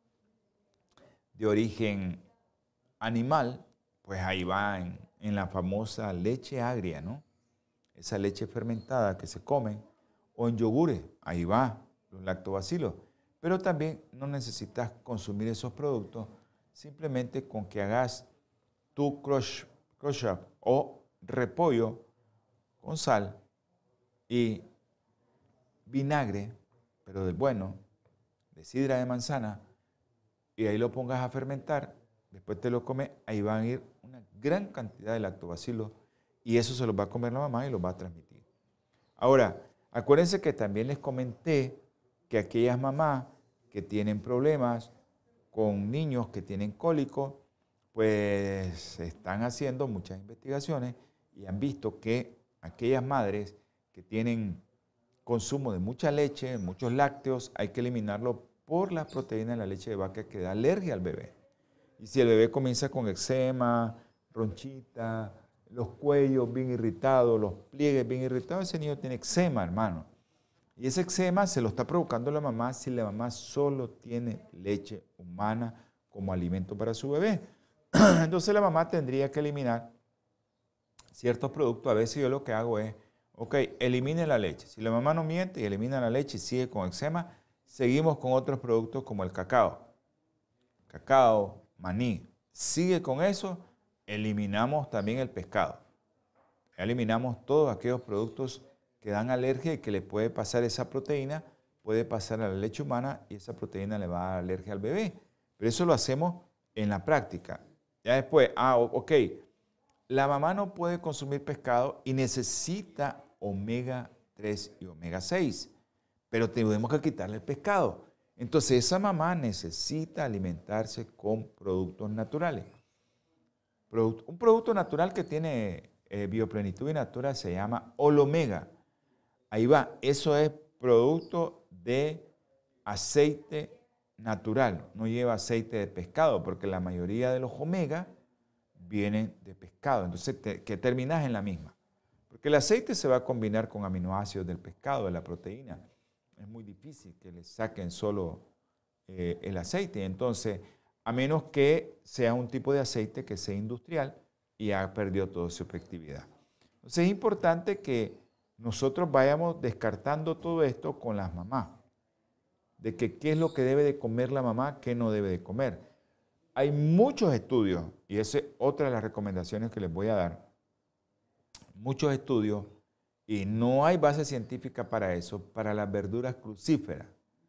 de origen animal, pues ahí va en, en la famosa leche agria, ¿no? Esa leche fermentada que se comen, o en yogures, ahí va los lactobacilos. Pero también no necesitas consumir esos productos simplemente con que hagas tu crush, crush up o repollo con sal y vinagre, pero del bueno, de sidra de manzana, y ahí lo pongas a fermentar, después te lo comes, ahí van a ir una gran cantidad de lactobacilos y eso se los va a comer la mamá y los va a transmitir. Ahora, acuérdense que también les comenté que aquellas mamás que tienen problemas con niños que tienen cólico, pues están haciendo muchas investigaciones y han visto que aquellas madres que tienen consumo de mucha leche, muchos lácteos, hay que eliminarlo por las proteínas de la leche de vaca que da alergia al bebé. Y si el bebé comienza con eczema, ronchita, los cuellos bien irritados, los pliegues bien irritados, ese niño tiene eczema, hermano. Y ese eczema se lo está provocando la mamá si la mamá solo tiene leche humana como alimento para su bebé. Entonces la mamá tendría que eliminar ciertos productos. A veces yo lo que hago es, ok, elimine la leche. Si la mamá no miente y elimina la leche y sigue con eczema, seguimos con otros productos como el cacao. Cacao, maní. Sigue con eso, eliminamos también el pescado. Eliminamos todos aquellos productos que dan alergia y que le puede pasar esa proteína, puede pasar a la leche humana y esa proteína le va a dar alergia al bebé. Pero eso lo hacemos en la práctica. Ya después, ah, ok, la mamá no puede consumir pescado y necesita omega tres y omega seis, pero tenemos que quitarle el pescado. Entonces esa mamá necesita alimentarse con productos naturales. Un producto natural que tiene eh, bioplenitud y natura se llama Olomega. Ahí va, eso es producto de aceite natural, no lleva aceite de pescado, porque la mayoría de los omega vienen de pescado. Entonces, te, que terminas en la misma. Porque el aceite se va a combinar con aminoácidos del pescado, de la proteína. Es muy difícil que le saquen solo eh, el aceite. Entonces, a menos que sea un tipo de aceite que sea industrial y ha perdido toda su efectividad. Entonces, es importante que nosotros vayamos descartando todo esto con las mamás, de que qué es lo que debe de comer la mamá, qué no debe de comer. Hay muchos estudios, y esa es otra de las recomendaciones que les voy a dar, muchos estudios, y no hay base científica para eso, para las verduras crucíferas.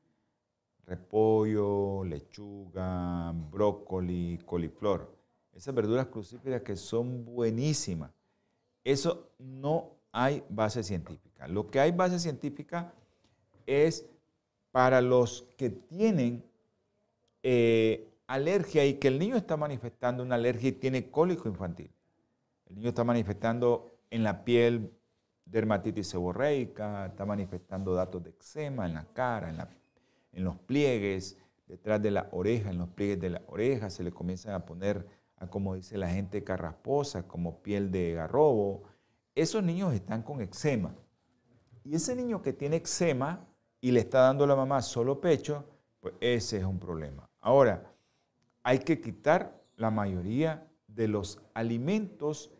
Repollo, lechuga, brócoli, coliflor. Esas verduras crucíferas que son buenísimas. Eso no hay base científica. Lo que hay base científica es para los que tienen eh, alergia y que el niño está manifestando una alergia y tiene cólico infantil. El niño está manifestando en la piel dermatitis seborreica, está manifestando datos de eczema en la cara, en, la, en los pliegues, detrás de la oreja, en los pliegues de la oreja, se le comienzan a poner, a, como dice la gente, carrasposa, como piel de garrobo. Esos niños están con eczema. Y ese niño que tiene eczema y le está dando a la mamá solo pecho, pues ese es un problema. Ahora, hay que quitar la mayoría de los alimentos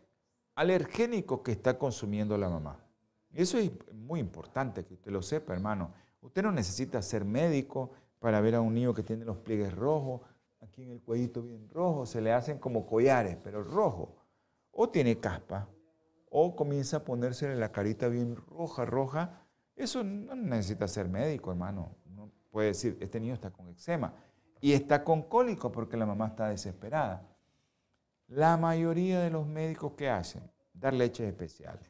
alergénicos que está consumiendo la mamá. Eso es muy importante que usted lo sepa, hermano. Usted no necesita ser médico para ver a un niño que tiene los pliegues rojos, aquí en el cuellito bien rojo, se le hacen como collares, pero rojo. O tiene caspa, o comienza a ponerse la carita bien roja, roja. Eso no necesita ser médico, hermano. Uno puede decir, este niño está con eczema y está con cólico porque la mamá está desesperada. La mayoría de los médicos, ¿qué hacen? Dar leches especiales.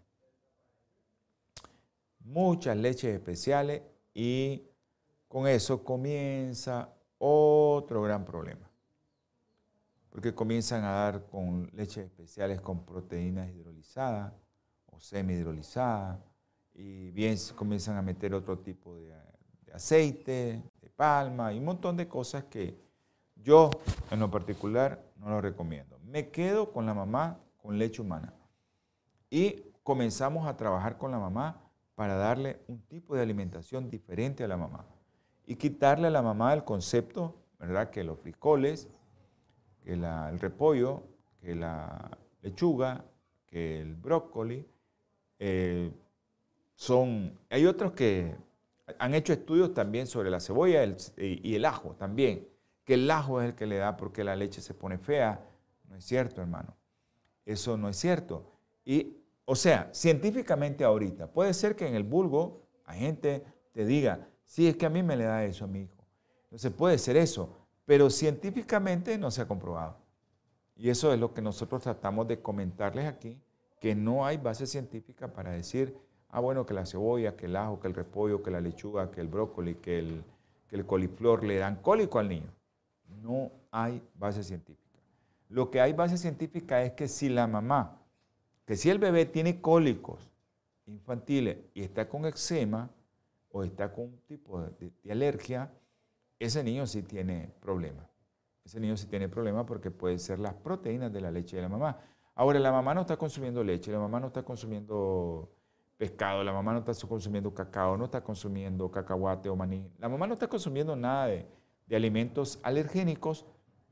Muchas leches especiales y con eso comienza otro gran problema. Porque comienzan a dar con leches especiales con proteínas hidrolizadas o semi-hidrolizadas y bien comienzan a meter otro tipo de, de aceite, de palma y un montón de cosas que yo en lo particular no lo recomiendo. Me quedo con la mamá con leche humana y comenzamos a trabajar con la mamá para darle un tipo de alimentación diferente a la mamá y quitarle a la mamá el concepto, ¿verdad?, que los frijoles, que la, el repollo, que la lechuga, que el brócoli, eh, son... Hay otros que han hecho estudios también sobre la cebolla el, y, y el ajo también, que el ajo es el que le da porque la leche se pone fea. No es cierto, hermano. Eso no es cierto. Y, o sea, científicamente ahorita, puede ser que en el vulgo la gente te diga, sí, es que a mí me le da eso a mi hijo. Entonces puede ser eso, pero científicamente no se ha comprobado. Y eso es lo que nosotros tratamos de comentarles aquí, que no hay base científica para decir, ah, bueno, que la cebolla, que el ajo, que el repollo, que la lechuga, que el brócoli, que el, que el coliflor le dan cólico al niño. No hay base científica. Lo que hay base científica es que si la mamá, que si el bebé tiene cólicos infantiles y está con eczema o está con un tipo de, de alergia, ese niño sí tiene problemas. Ese niño sí tiene problemas porque pueden ser las proteínas de la leche de la mamá. Ahora, la mamá no está consumiendo leche, la mamá no está consumiendo pescado, la mamá no está consumiendo cacao, no está consumiendo cacahuate o maní. La mamá no está consumiendo nada de, de alimentos alergénicos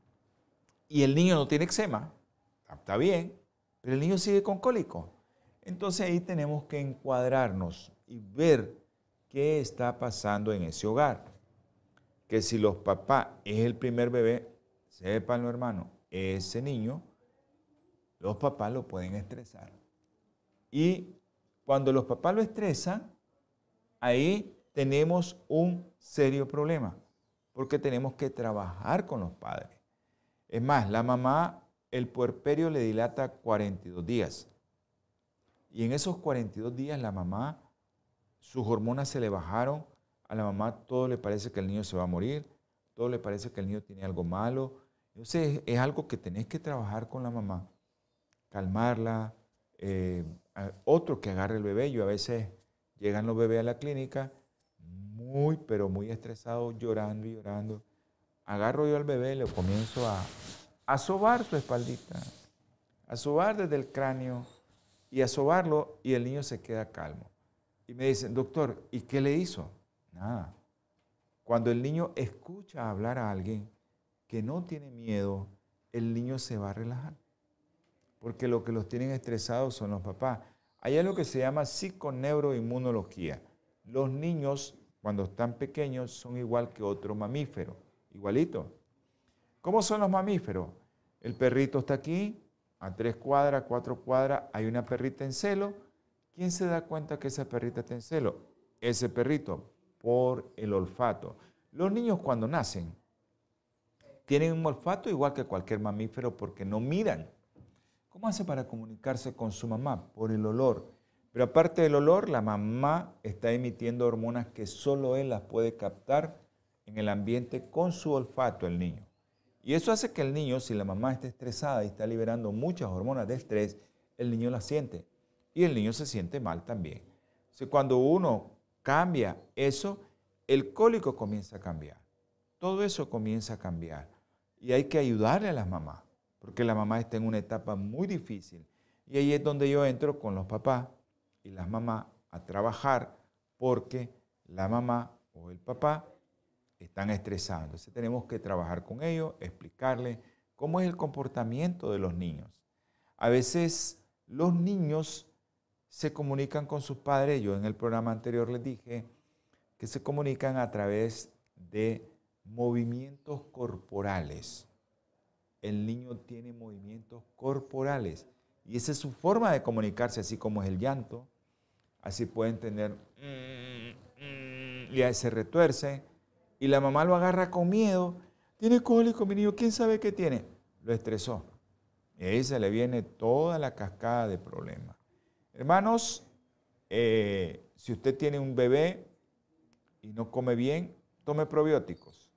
y el niño no tiene eczema. Está bien, pero el niño sigue con cólico. Entonces ahí tenemos que encuadrarnos y ver qué está pasando en ese hogar. Que si los papás es el primer bebé, sépanlo, hermano, ese niño, los papás lo pueden estresar. Y cuando los papás lo estresan, ahí tenemos un serio problema, porque tenemos que trabajar con los padres. Es más, la mamá, el puerperio le dilata cuarenta y dos días. Y en esos cuarenta y dos días la mamá, sus hormonas se le bajaron. A la mamá todo le parece que el niño se va a morir, todo le parece que el niño tiene algo malo. Entonces es algo que tenés que trabajar con la mamá, calmarla. Eh, otro que agarre el bebé. Yo a veces llegan los bebés a la clínica muy, pero muy estresados, llorando y llorando. Agarro yo al bebé y le comienzo a, a sobar su espaldita, a sobar desde el cráneo y a sobarlo y el niño se queda calmo. Y me dicen, doctor, ¿y qué le hizo? Nada. Cuando el niño escucha hablar a alguien que no tiene miedo, el niño se va a relajar. Porque lo que los tienen estresados son los papás. Hay algo que se llama psiconeuroinmunología. Los niños, cuando están pequeños, son igual que otro mamífero. Igualito. ¿Cómo son los mamíferos? El perrito está aquí, a tres cuadras, cuatro cuadras, hay una perrita en celo. ¿Quién se da cuenta que esa perrita está en celo? Ese perrito, por el olfato. Los niños cuando nacen tienen un olfato igual que cualquier mamífero porque no miran. ¿Cómo hace para comunicarse con su mamá? Por el olor. Pero aparte del olor, la mamá está emitiendo hormonas que solo él las puede captar en el ambiente con su olfato, el niño. Y eso hace que el niño, si la mamá está estresada y está liberando muchas hormonas de estrés, el niño las siente. Y el niño se siente mal también. Entonces, cuando uno cambia eso, el cólico comienza a cambiar. Todo eso comienza a cambiar. Y hay que ayudarle a las mamás, porque la mamá está en una etapa muy difícil. Y ahí es donde yo entro con los papás y las mamás a trabajar, porque la mamá o el papá están estresados. Entonces tenemos que trabajar con ellos, explicarles cómo es el comportamiento de los niños. A veces los niños se comunican con sus padres. Yo en el programa anterior les dije que se comunican a través de movimientos corporales. El niño tiene movimientos corporales y esa es su forma de comunicarse, así como es el llanto. Así pueden tener y se retuerce y la mamá lo agarra con miedo. Tiene cólico, mi niño, ¿quién sabe qué tiene? Lo estresó. Y ahí se le viene toda la cascada de problemas. Hermanos, eh, si usted tiene un bebé y no come bien, tome probióticos.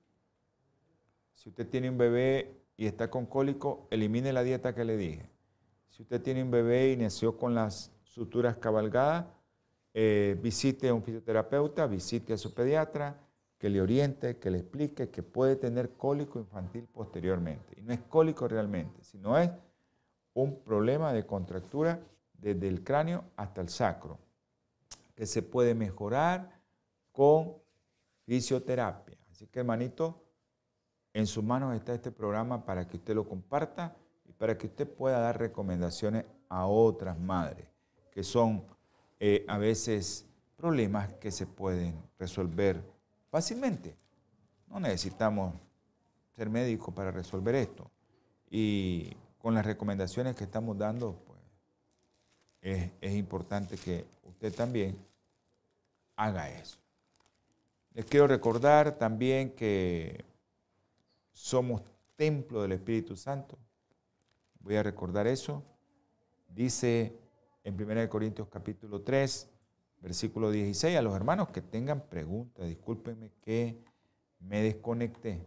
Si usted tiene un bebé y está con cólico, elimine la dieta que le dije. Si usted tiene un bebé y nació con las suturas cabalgadas, eh, visite a un fisioterapeuta, visite a su pediatra, que le oriente, que le explique que puede tener cólico infantil posteriormente. Y no es cólico realmente, sino es un problema de contractura desde el cráneo hasta el sacro, que se puede mejorar con fisioterapia. Así que, hermanito, en sus manos está este programa para que usted lo comparta y para que usted pueda dar recomendaciones a otras madres, que son eh, a veces problemas que se pueden resolver fácilmente. No necesitamos ser médicos para resolver esto. Y con las recomendaciones que estamos dando, pues, es, es importante que usted también haga eso. Les quiero recordar también que somos templo del Espíritu Santo. Voy a recordar eso. Dice en primera de Corintios capítulo tres, versículo dieciséis, a los hermanos que tengan preguntas, discúlpenme que me desconecté.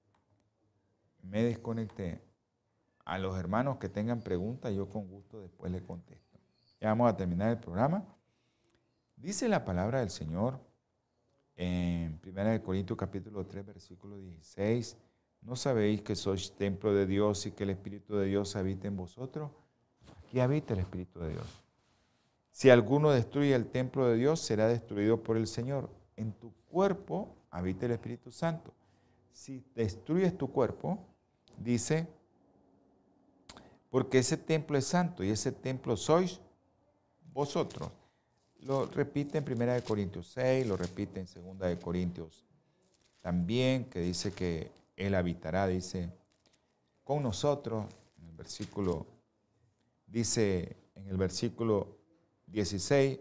Me desconecté. A los hermanos que tengan preguntas, yo con gusto después les contesto. Ya vamos a terminar el programa. Dice la palabra del Señor en primera de Corintios capítulo tres, versículo dieciséis, ¿no sabéis que sois templo de Dios y que el Espíritu de Dios habita en vosotros? Aquí habita el Espíritu de Dios. Si alguno destruye el templo de Dios, será destruido por el Señor. En tu cuerpo habita el Espíritu Santo. Si destruyes tu cuerpo, dice, porque ese templo es santo y ese templo sois vosotros. Lo repite en primera de Corintios seis, lo repite en segunda de Corintios también, que dice que Él habitará, dice, con nosotros. En el versículo, dice en el versículo dieciséis,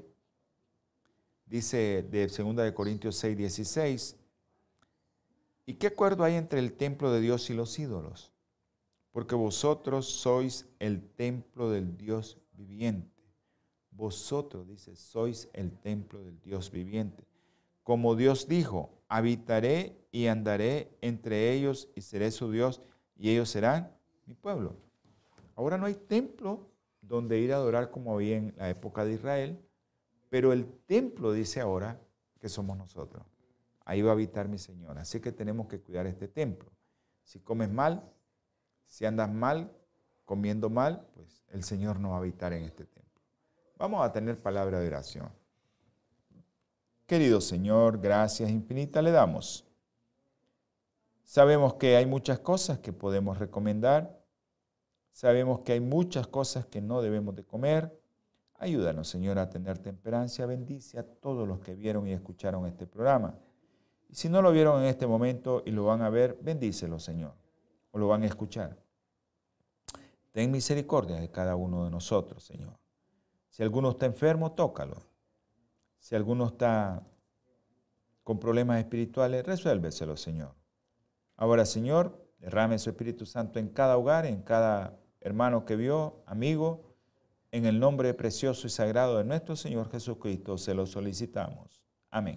dice de segunda de Corintios seis, dieciséis, ¿y qué acuerdo hay entre el templo de Dios y los ídolos? Porque vosotros sois el templo del Dios viviente. Vosotros, dice, sois el templo del Dios viviente. Como Dios dijo, habitaré y andaré entre ellos y seré su Dios y ellos serán mi pueblo. Ahora no hay templo donde ir a adorar como había en la época de Israel, pero el templo dice ahora que somos nosotros. Ahí va a habitar mi Señor. Así que tenemos que cuidar este templo. Si comes mal, si andas mal, comiendo mal, pues el Señor no va a habitar en este templo. Vamos a tener palabra de oración. Querido Señor, gracias infinitas le damos. Sabemos que hay muchas cosas que podemos recomendar. Sabemos que hay muchas cosas que no debemos de comer. Ayúdanos, Señor, a tener temperancia. Bendice a todos los que vieron y escucharon este programa. Y si no lo vieron en este momento y lo van a ver, bendícelo, Señor, o lo van a escuchar. Ten misericordia de cada uno de nosotros, Señor. Si alguno está enfermo, tócalo. Si alguno está con problemas espirituales, resuélveselo, Señor. Ahora, Señor, derrame su Espíritu Santo en cada hogar, en cada hermano que vio, amigo, en el nombre precioso y sagrado de nuestro Señor Jesucristo, se lo solicitamos. Amén.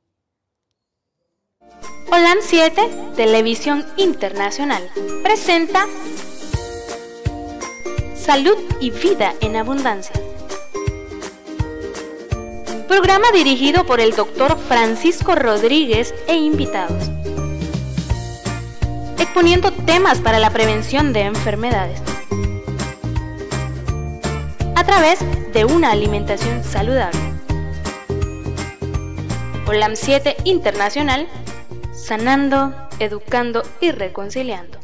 OLAM siete, Televisión Internacional, presenta Salud y Vida en Abundancia. Programa dirigido por el doctor Francisco Rodríguez e invitados, exponiendo temas para la prevención de enfermedades a través de una alimentación saludable. OLAM siete Internacional, sanando, educando y reconciliando.